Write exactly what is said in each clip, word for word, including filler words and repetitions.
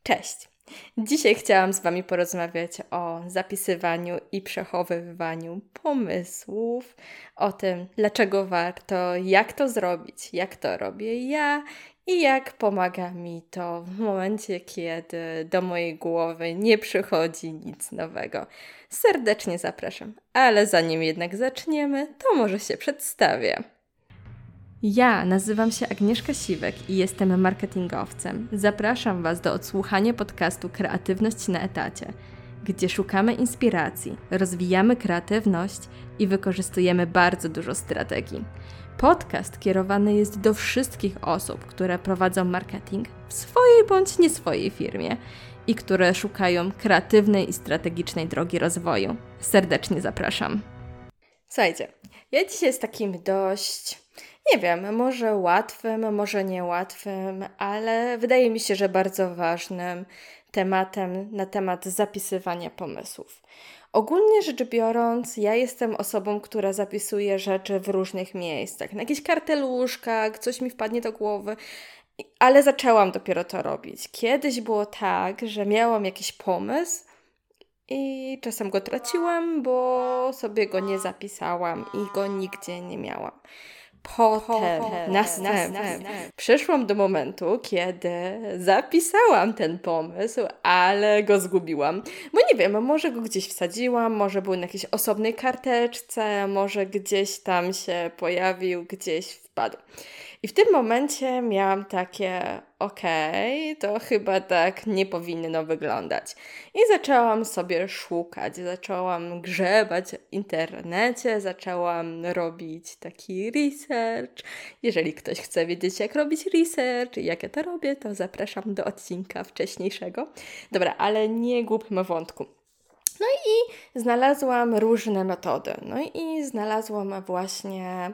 Cześć! Dzisiaj chciałam z Wami porozmawiać o zapisywaniu i przechowywaniu pomysłów, o tym, dlaczego warto, jak to zrobić, jak to robię ja i jak pomaga mi to w momencie, kiedy do mojej głowy nie przychodzi nic nowego. Serdecznie zapraszam, ale zanim jednak zaczniemy, to może się przedstawię. Ja nazywam się Agnieszka Siwek i jestem marketingowcem. Zapraszam Was do odsłuchania podcastu Kreatywność na etacie, gdzie szukamy inspiracji, rozwijamy kreatywność i wykorzystujemy bardzo dużo strategii. Podcast kierowany jest do wszystkich osób, które prowadzą marketing w swojej bądź nie swojej firmie i które szukają kreatywnej i strategicznej drogi rozwoju. Serdecznie zapraszam. Słuchajcie, ja dzisiaj z takim dość... Nie wiem, może łatwym, może niełatwym, ale wydaje mi się, że bardzo ważnym tematem na temat zapisywania pomysłów. Ogólnie rzecz biorąc, ja jestem osobą, która zapisuje rzeczy w różnych miejscach. Na jakichś karteluszkach, coś mi wpadnie do głowy, ale zaczęłam dopiero to robić. Kiedyś było tak, że miałam jakiś pomysł i czasem go traciłam, bo sobie go nie zapisałam i go nigdzie nie miałam. Potem, następnie, przyszłam do momentu, kiedy zapisałam ten pomysł, ale go zgubiłam. Bo nie wiem, może go gdzieś wsadziłam, może był na jakiejś osobnej karteczce, może gdzieś tam się pojawił, gdzieś wpadł. I w tym momencie miałam takie, okej, okay, to chyba tak nie powinno wyglądać. I zaczęłam sobie szukać, zaczęłam grzebać w internecie, zaczęłam robić taki research. Jeżeli ktoś chce wiedzieć, jak robić research i jak ja to robię, to zapraszam do odcinka wcześniejszego. Dobra, ale nie głupmy wątku. No i znalazłam różne metody. No i znalazłam właśnie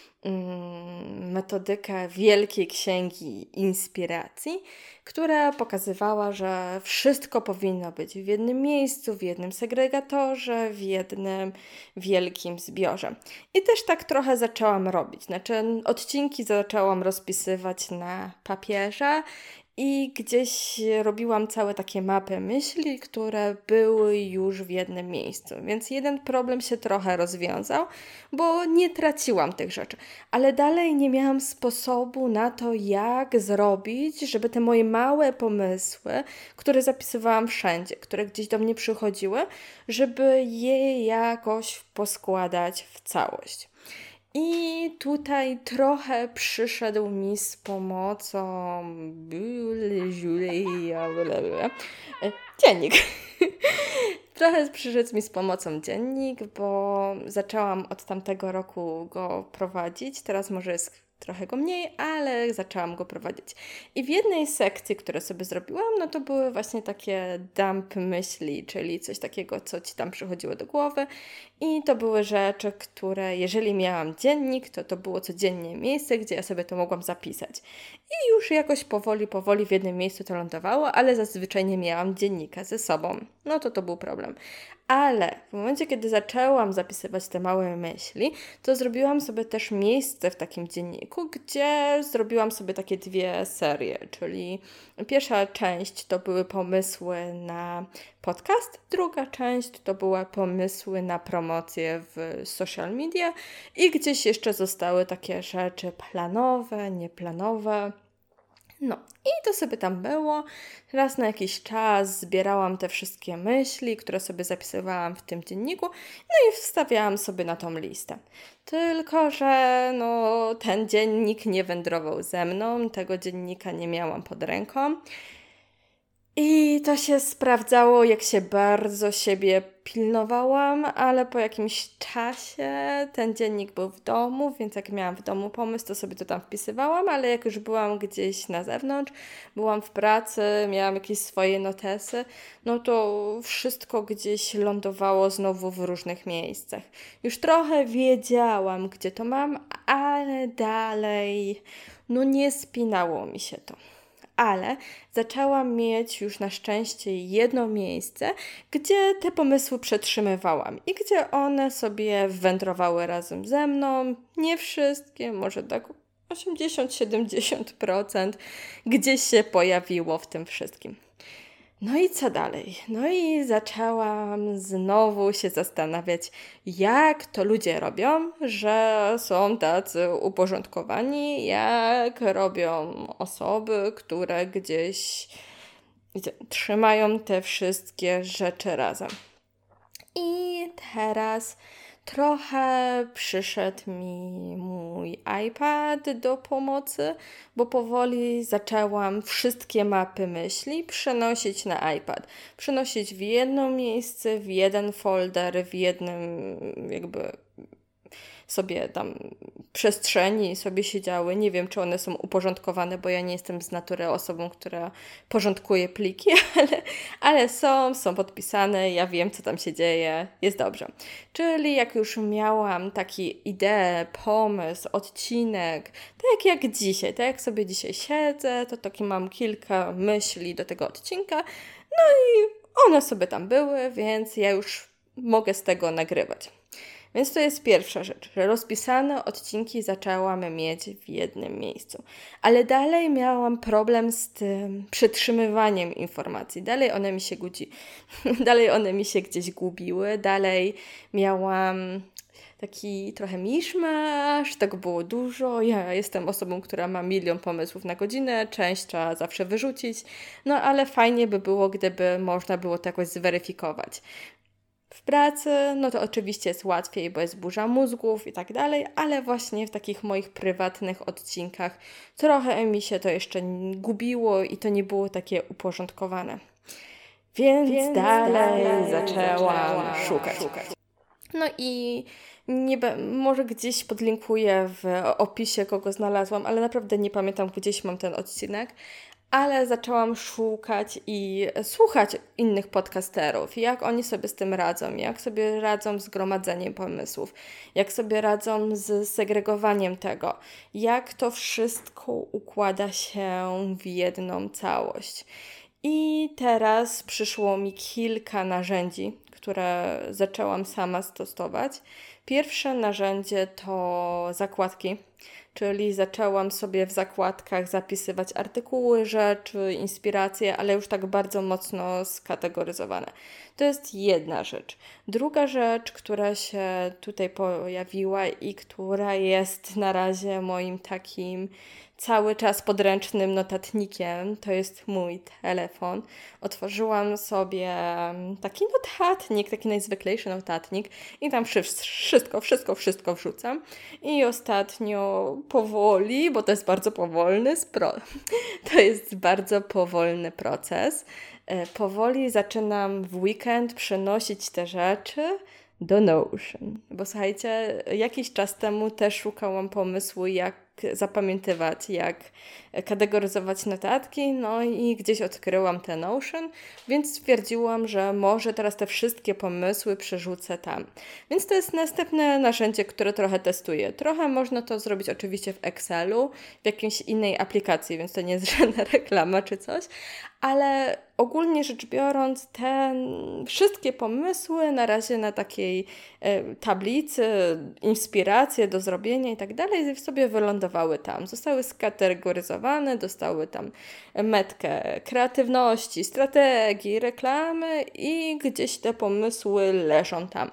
metodykę Wielkiej Księgi Inspiracji, która pokazywała, że wszystko powinno być w jednym miejscu, w jednym segregatorze, w jednym wielkim zbiorze. I też tak trochę zaczęłam robić. Znaczy odcinki zaczęłam rozpisywać na papierze i gdzieś robiłam całe takie mapy myśli, które były już w jednym miejscu. Więc jeden problem się trochę rozwiązał, bo nie traciłam tych rzeczy. Ale dalej nie miałam sposobu na to, jak zrobić, żeby te moje małe pomysły, które zapisywałam wszędzie, które gdzieś do mnie przychodziły, żeby je jakoś poskładać w całość. I tutaj trochę przyszedł mi z pomocą dziennik. Trochę przyszedł mi z pomocą dziennik, bo zaczęłam od tamtego roku go prowadzić. Teraz może jest trochę go mniej, ale zaczęłam go prowadzić. I w jednej sekcji, które sobie zrobiłam, no to były właśnie takie dump myśli, czyli coś takiego, co Ci tam przychodziło do głowy. I to były rzeczy, które jeżeli miałam dziennik, to to było codziennie miejsce, gdzie ja sobie to mogłam zapisać. I już jakoś powoli, powoli w jednym miejscu to lądowało, ale zazwyczaj nie miałam dziennika ze sobą. No to to był problem. Ale w momencie, kiedy zaczęłam zapisywać te małe myśli, to zrobiłam sobie też miejsce w takim dzienniku, gdzie zrobiłam sobie takie dwie serie, czyli pierwsza część to były pomysły na podcast, druga część to były pomysły na promocję w social media i gdzieś jeszcze zostały takie rzeczy planowe, nieplanowe. No i to sobie tam było. Raz na jakiś czas zbierałam te wszystkie myśli, które sobie zapisywałam w tym dzienniku, no i wstawiałam sobie na tą listę. Tylko że no, ten dziennik nie wędrował ze mną, tego dziennika nie miałam pod ręką. I to się sprawdzało, jak się bardzo siebie pilnowałam, ale po jakimś czasie ten dziennik był w domu, więc jak miałam w domu pomysł, to sobie to tam wpisywałam, ale jak już byłam gdzieś na zewnątrz, byłam w pracy, miałam jakieś swoje notesy, no to wszystko gdzieś lądowało znowu w różnych miejscach. Już trochę wiedziałam, gdzie to mam, ale dalej, no nie spinało mi się to. Ale zaczęłam mieć już na szczęście jedno miejsce, gdzie te pomysły przetrzymywałam i gdzie one sobie wędrowały razem ze mną. Nie wszystkie, może tak osiemdziesiąt do siedemdziesięciu procent gdzieś się pojawiło w tym wszystkim. No i co dalej? No i zaczęłam znowu się zastanawiać, jak to ludzie robią, że są tacy uporządkowani, jak robią osoby, które gdzieś gdzie trzymają te wszystkie rzeczy razem. I teraz trochę przyszedł mi mój iPad do pomocy, bo powoli zaczęłam wszystkie mapy myśli przenosić na iPad. Przenosić w jedno miejsce, w jeden folder, w jednym jakby sobie tam przestrzeni sobie siedziały. Nie wiem, czy one są uporządkowane, bo ja nie jestem z natury osobą, która porządkuje pliki, ale, ale są, są podpisane, ja wiem, co tam się dzieje, jest dobrze. Czyli jak już miałam taki ideę, pomysł, odcinek, tak jak dzisiaj, tak jak sobie dzisiaj siedzę, to taki mam kilka myśli do tego odcinka, no i one sobie tam były, więc ja już mogę z tego nagrywać. Więc to jest pierwsza rzecz, że rozpisane odcinki zaczęłam mieć w jednym miejscu. Ale dalej miałam problem z tym przytrzymywaniem informacji. Dalej one mi się gudzi, dalej one mi się gdzieś gubiły, dalej miałam taki trochę miszmasz, tego było dużo. Ja jestem osobą, która ma milion pomysłów na godzinę, część trzeba zawsze wyrzucić, no ale fajnie by było, gdyby można było to jakoś zweryfikować. W pracy, no to oczywiście jest łatwiej, bo jest burza mózgów i tak dalej, ale właśnie w takich moich prywatnych odcinkach trochę mi się to jeszcze gubiło i to nie było takie uporządkowane. Więc, Więc dalej, dalej zaczęłam, zaczęłam szukać. szukać. No i nie be, może gdzieś podlinkuję w opisie, kogo znalazłam, ale naprawdę nie pamiętam, gdzieś mam ten odcinek. Ale zaczęłam szukać i słuchać innych podcasterów, jak oni sobie z tym radzą, jak sobie radzą z gromadzeniem pomysłów, jak sobie radzą z segregowaniem tego, jak to wszystko układa się w jedną całość. I teraz przyszło mi kilka narzędzi, które zaczęłam sama stosować. Pierwsze narzędzie to zakładki, czyli zaczęłam sobie w zakładkach zapisywać artykuły, rzeczy, inspiracje, ale już tak bardzo mocno skategoryzowane. To jest jedna rzecz. Druga rzecz, która się tutaj pojawiła i która jest na razie moim takim cały czas podręcznym notatnikiem, to jest mój telefon. Otworzyłam sobie taki notatnik, taki najzwyklejszy notatnik i tam wszystko, wszystko, wszystko wrzucam. I ostatnio powoli, bo to jest bardzo powolny spro- to jest bardzo powolny proces, powoli zaczynam w weekend przenosić te rzeczy do Notion. Bo słuchajcie, jakiś czas temu też szukałam pomysłu, jak zapamiętywać, jak kategoryzować notatki, no i gdzieś odkryłam ten Notion, więc stwierdziłam, że może teraz te wszystkie pomysły przerzucę tam. Więc to jest następne narzędzie, które trochę testuję. Trochę można to zrobić oczywiście w Excelu, w jakiejś innej aplikacji, więc to nie jest żadna reklama czy coś, ale ogólnie rzecz biorąc, te wszystkie pomysły na razie na takiej e, tablicy, inspiracje do zrobienia i tak dalej sobie wylądowały tam. Zostały skategoryzowane, dostały tam metkę kreatywności, strategii, reklamy i gdzieś te pomysły leżą tam.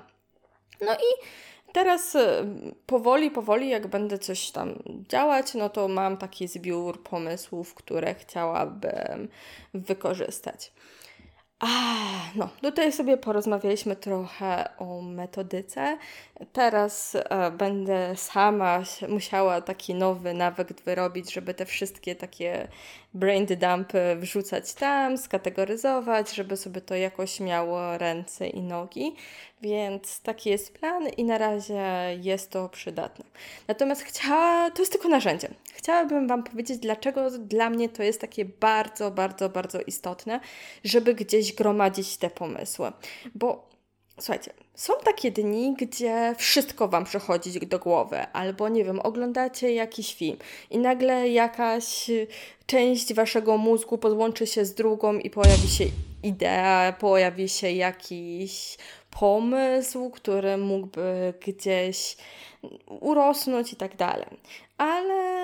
No i teraz powoli, powoli, jak będę coś tam działać, no to mam taki zbiór pomysłów, które chciałabym wykorzystać. A, no, tutaj sobie porozmawialiśmy trochę o metodyce. Teraz e, będę sama musiała taki nowy nawyk wyrobić, żeby te wszystkie takie brain dumpy wrzucać tam, skategoryzować, żeby sobie to jakoś miało ręce i nogi. Więc taki jest plan i na razie jest to przydatne. Natomiast chciała, to jest tylko narzędzie. Chciałabym Wam powiedzieć, dlaczego dla mnie to jest takie bardzo, bardzo, bardzo istotne, żeby gdzieś gromadzić te pomysły. Bo słuchajcie, są takie dni, gdzie wszystko Wam przychodzi do głowy, albo nie wiem, oglądacie jakiś film i nagle jakaś część Waszego mózgu podłączy się z drugą i pojawi się idea, pojawi się jakiś pomysł, który mógłby gdzieś urosnąć i tak dalej. Ale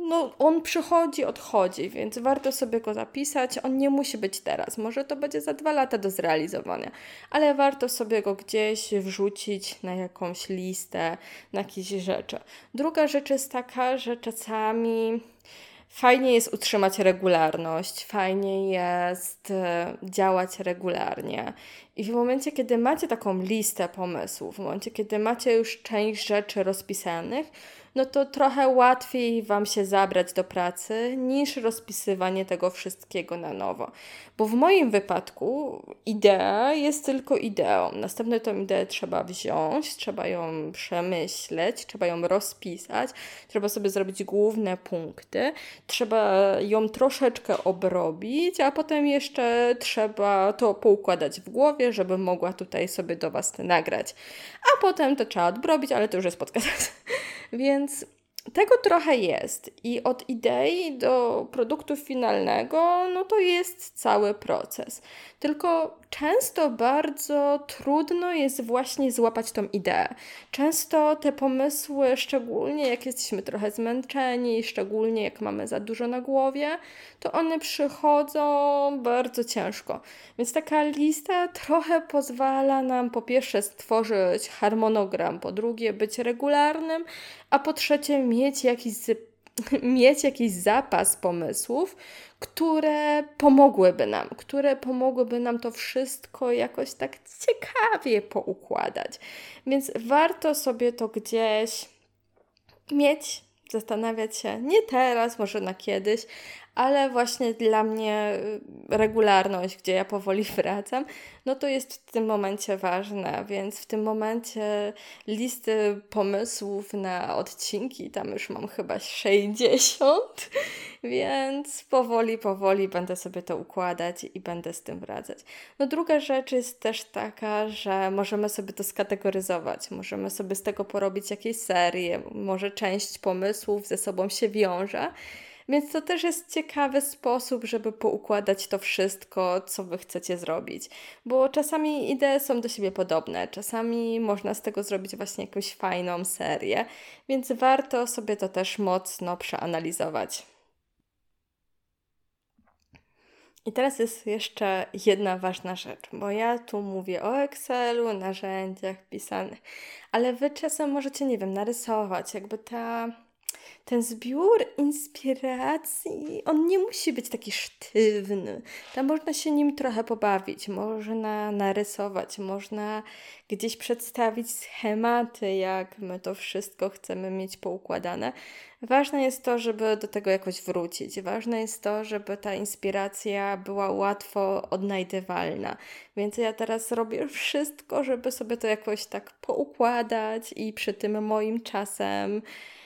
no, on przychodzi, odchodzi, więc warto sobie go zapisać. On nie musi być teraz, może to będzie za dwa lata do zrealizowania, ale warto sobie go gdzieś wrzucić na jakąś listę, na jakieś rzeczy. Druga rzecz jest taka, że czasami fajnie jest utrzymać regularność, fajnie jest e, działać regularnie. I w momencie, kiedy macie taką listę pomysłów, w momencie, kiedy macie już część rzeczy rozpisanych, no to trochę łatwiej Wam się zabrać do pracy niż rozpisywanie tego wszystkiego na nowo. Bo w moim wypadku idea jest tylko ideą. Następnie tą ideę trzeba wziąć, trzeba ją przemyśleć, trzeba ją rozpisać, trzeba sobie zrobić główne punkty, trzeba ją troszeczkę obrobić, a potem jeszcze trzeba to poukładać w głowie, żeby mogła tutaj sobie do Was nagrać. A potem to trzeba odrobić, ale to już jest podcast. Więc tego trochę jest i od idei do produktu finalnego, no to jest cały proces. Tylko często bardzo trudno jest właśnie złapać tą ideę. Często te pomysły, szczególnie jak jesteśmy trochę zmęczeni, szczególnie jak mamy za dużo na głowie, to one przychodzą bardzo ciężko. Więc taka lista trochę pozwala nam po pierwsze stworzyć harmonogram, po drugie być regularnym, a po trzecie mieć jakiś, mieć jakiś zapas pomysłów, które pomogłyby nam, które pomogłyby nam to wszystko jakoś tak ciekawie poukładać. Więc warto sobie to gdzieś mieć, zastanawiać się, nie teraz, może na kiedyś, ale właśnie dla mnie regularność, gdzie ja powoli wracam, no to jest w tym momencie ważne, więc w tym momencie listy pomysłów na odcinki, tam już mam chyba sześćdziesiąt, więc powoli, powoli będę sobie to układać i będę z tym wracać. No druga rzecz jest też taka, że możemy sobie to skategoryzować, możemy sobie z tego porobić jakieś serie, może część pomysłów ze sobą się wiąże, więc to też jest ciekawy sposób, żeby poukładać to wszystko, co Wy chcecie zrobić. Bo czasami idee są do siebie podobne, czasami można z tego zrobić właśnie jakąś fajną serię, więc warto sobie to też mocno przeanalizować. I teraz jest jeszcze jedna ważna rzecz, bo ja tu mówię o Excelu, narzędziach pisanych, ale Wy czasem możecie, nie wiem, narysować, jakby ta... Ten zbiór inspiracji, on nie musi być taki sztywny. Tam można się nim trochę pobawić, można narysować, można gdzieś przedstawić schematy, jak my to wszystko chcemy mieć poukładane. Ważne jest to, żeby do tego jakoś wrócić. Ważne jest to, żeby ta inspiracja była łatwo odnajdywalna. Więc ja teraz robię wszystko, żeby sobie to jakoś tak poukładać i przy tym moim czasem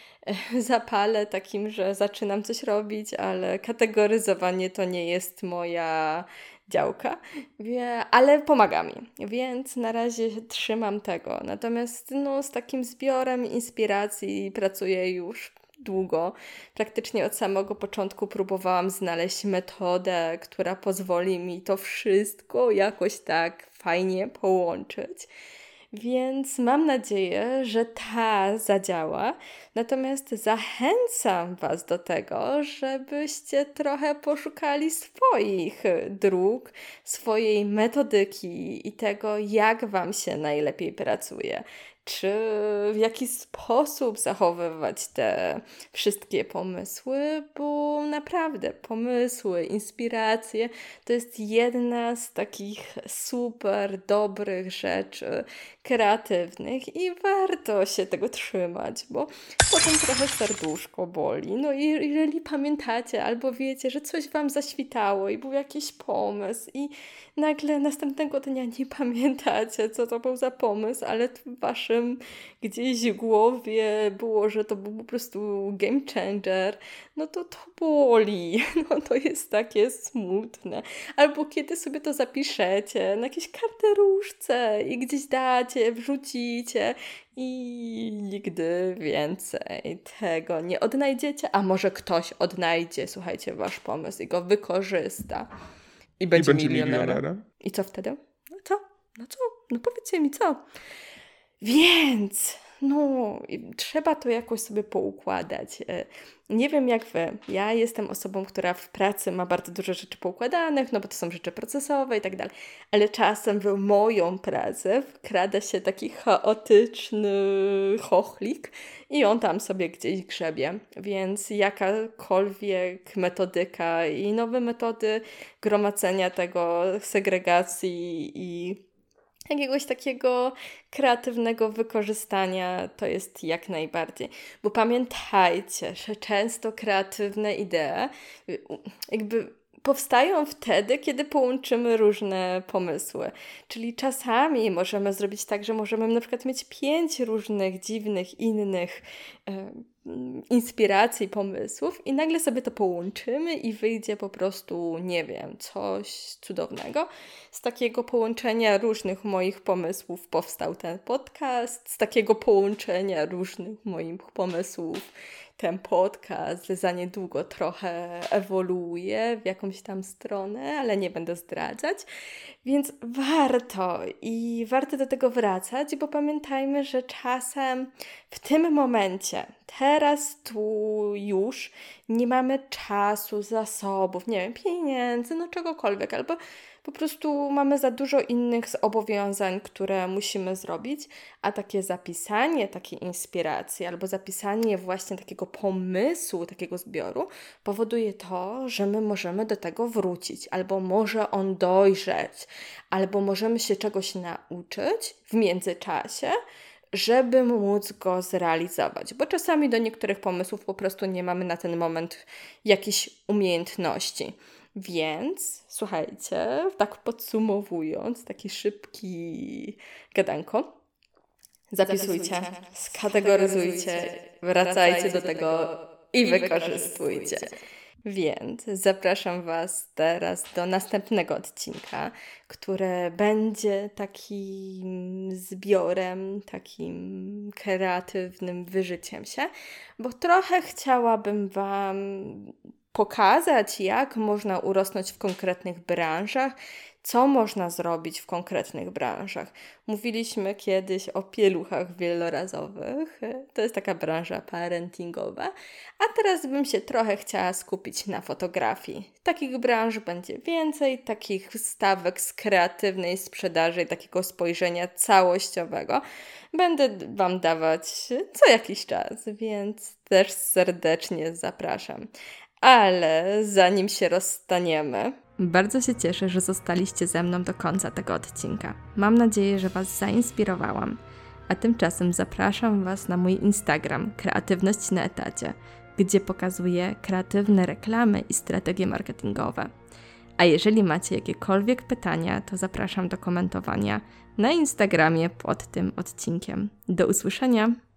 zapale takim, że zaczynam coś robić, ale kategoryzowanie to nie jest moja działka, wie, ale pomaga mi, więc na razie trzymam tego. Natomiast no, z takim zbiorem inspiracji pracuję już długo. Praktycznie od samego początku próbowałam znaleźć metodę, która pozwoli mi to wszystko jakoś tak fajnie połączyć. Więc mam nadzieję, że ta zadziała. Natomiast zachęcam Was do tego, żebyście trochę poszukali swoich dróg, swojej metodyki i tego, jak Wam się najlepiej pracuje. Czy w jaki sposób zachowywać te wszystkie pomysły, bo naprawdę pomysły, inspiracje to jest jedna z takich super dobrych rzeczy kreatywnych i warto się tego trzymać, bo potem trochę serduszko boli. No i jeżeli pamiętacie albo wiecie, że coś Wam zaświtało i był jakiś pomysł i nagle następnego dnia nie pamiętacie, co to był za pomysł, ale w Waszym gdzieś w głowie było, że to był po prostu game changer, no to to boli, no to jest takie smutne. Albo kiedy sobie to zapiszecie na jakieś karteruszce i gdzieś dacie, wrzucicie i nigdy więcej tego nie odnajdziecie, a może ktoś odnajdzie, słuchajcie, wasz pomysł i go wykorzysta i będzie, I będzie milionerem. milionerem. I co wtedy? No co? No co? No powiedzcie mi co? Więc no, trzeba to jakoś sobie poukładać. Nie wiem jak wy, ja jestem osobą, która w pracy ma bardzo dużo rzeczy poukładanych, no bo to są rzeczy procesowe i tak dalej, ale czasem w moją pracę wkrada się taki chaotyczny chochlik i on tam sobie gdzieś grzebie, więc jakakolwiek metodyka i nowe metody gromadzenia tego, segregacji i jakiegoś takiego kreatywnego wykorzystania to jest jak najbardziej. Bo pamiętajcie, że często kreatywne idee jakby powstają wtedy, kiedy połączymy różne pomysły. Czyli czasami możemy zrobić tak, że możemy na przykład mieć pięć różnych dziwnych, innych e, inspiracji, pomysłów i nagle sobie to połączymy i wyjdzie po prostu, nie wiem, coś cudownego. Z takiego połączenia różnych moich pomysłów powstał ten podcast, z takiego połączenia różnych moich pomysłów ten podcast za niedługo trochę ewoluuje w jakąś tam stronę, ale nie będę zdradzać. Więc warto i warto do tego wracać, bo pamiętajmy, że czasem w tym momencie, teraz, tu, już nie mamy czasu, zasobów, nie wiem, pieniędzy, no czegokolwiek, albo po prostu mamy za dużo innych zobowiązań, które musimy zrobić, a takie zapisanie takiej inspiracji albo zapisanie właśnie takiego pomysłu, takiego zbioru powoduje to, że my możemy do tego wrócić, albo może on dojrzeć, albo możemy się czegoś nauczyć w międzyczasie, żeby móc go zrealizować. Bo czasami do niektórych pomysłów po prostu nie mamy na ten moment jakichś umiejętności. Więc słuchajcie, tak podsumowując, taki szybki gadanko, zapisujcie, zapisujcie skategoryzujcie, wracajcie do tego i wykorzystujcie. Więc zapraszam Was teraz do następnego odcinka, który będzie takim zbiorem, takim kreatywnym wyżyciem się, bo trochę chciałabym Wam pokazać, jak można urosnąć w konkretnych branżach, co można zrobić w konkretnych branżach. Mówiliśmy kiedyś o pieluchach wielorazowych, to jest taka branża parentingowa, a teraz bym się trochę chciała skupić na fotografii. Takich branż będzie więcej, takich stawek z kreatywnej sprzedaży i takiego spojrzenia całościowego będę Wam dawać co jakiś czas, więc też serdecznie zapraszam. Ale zanim się rozstaniemy, bardzo się cieszę, że zostaliście ze mną do końca tego odcinka. Mam nadzieję, że Was zainspirowałam. A tymczasem zapraszam Was na mój Instagram Kreatywność na etacie, gdzie pokazuję kreatywne reklamy i strategie marketingowe. A jeżeli macie jakiekolwiek pytania, to zapraszam do komentowania na Instagramie pod tym odcinkiem. Do usłyszenia!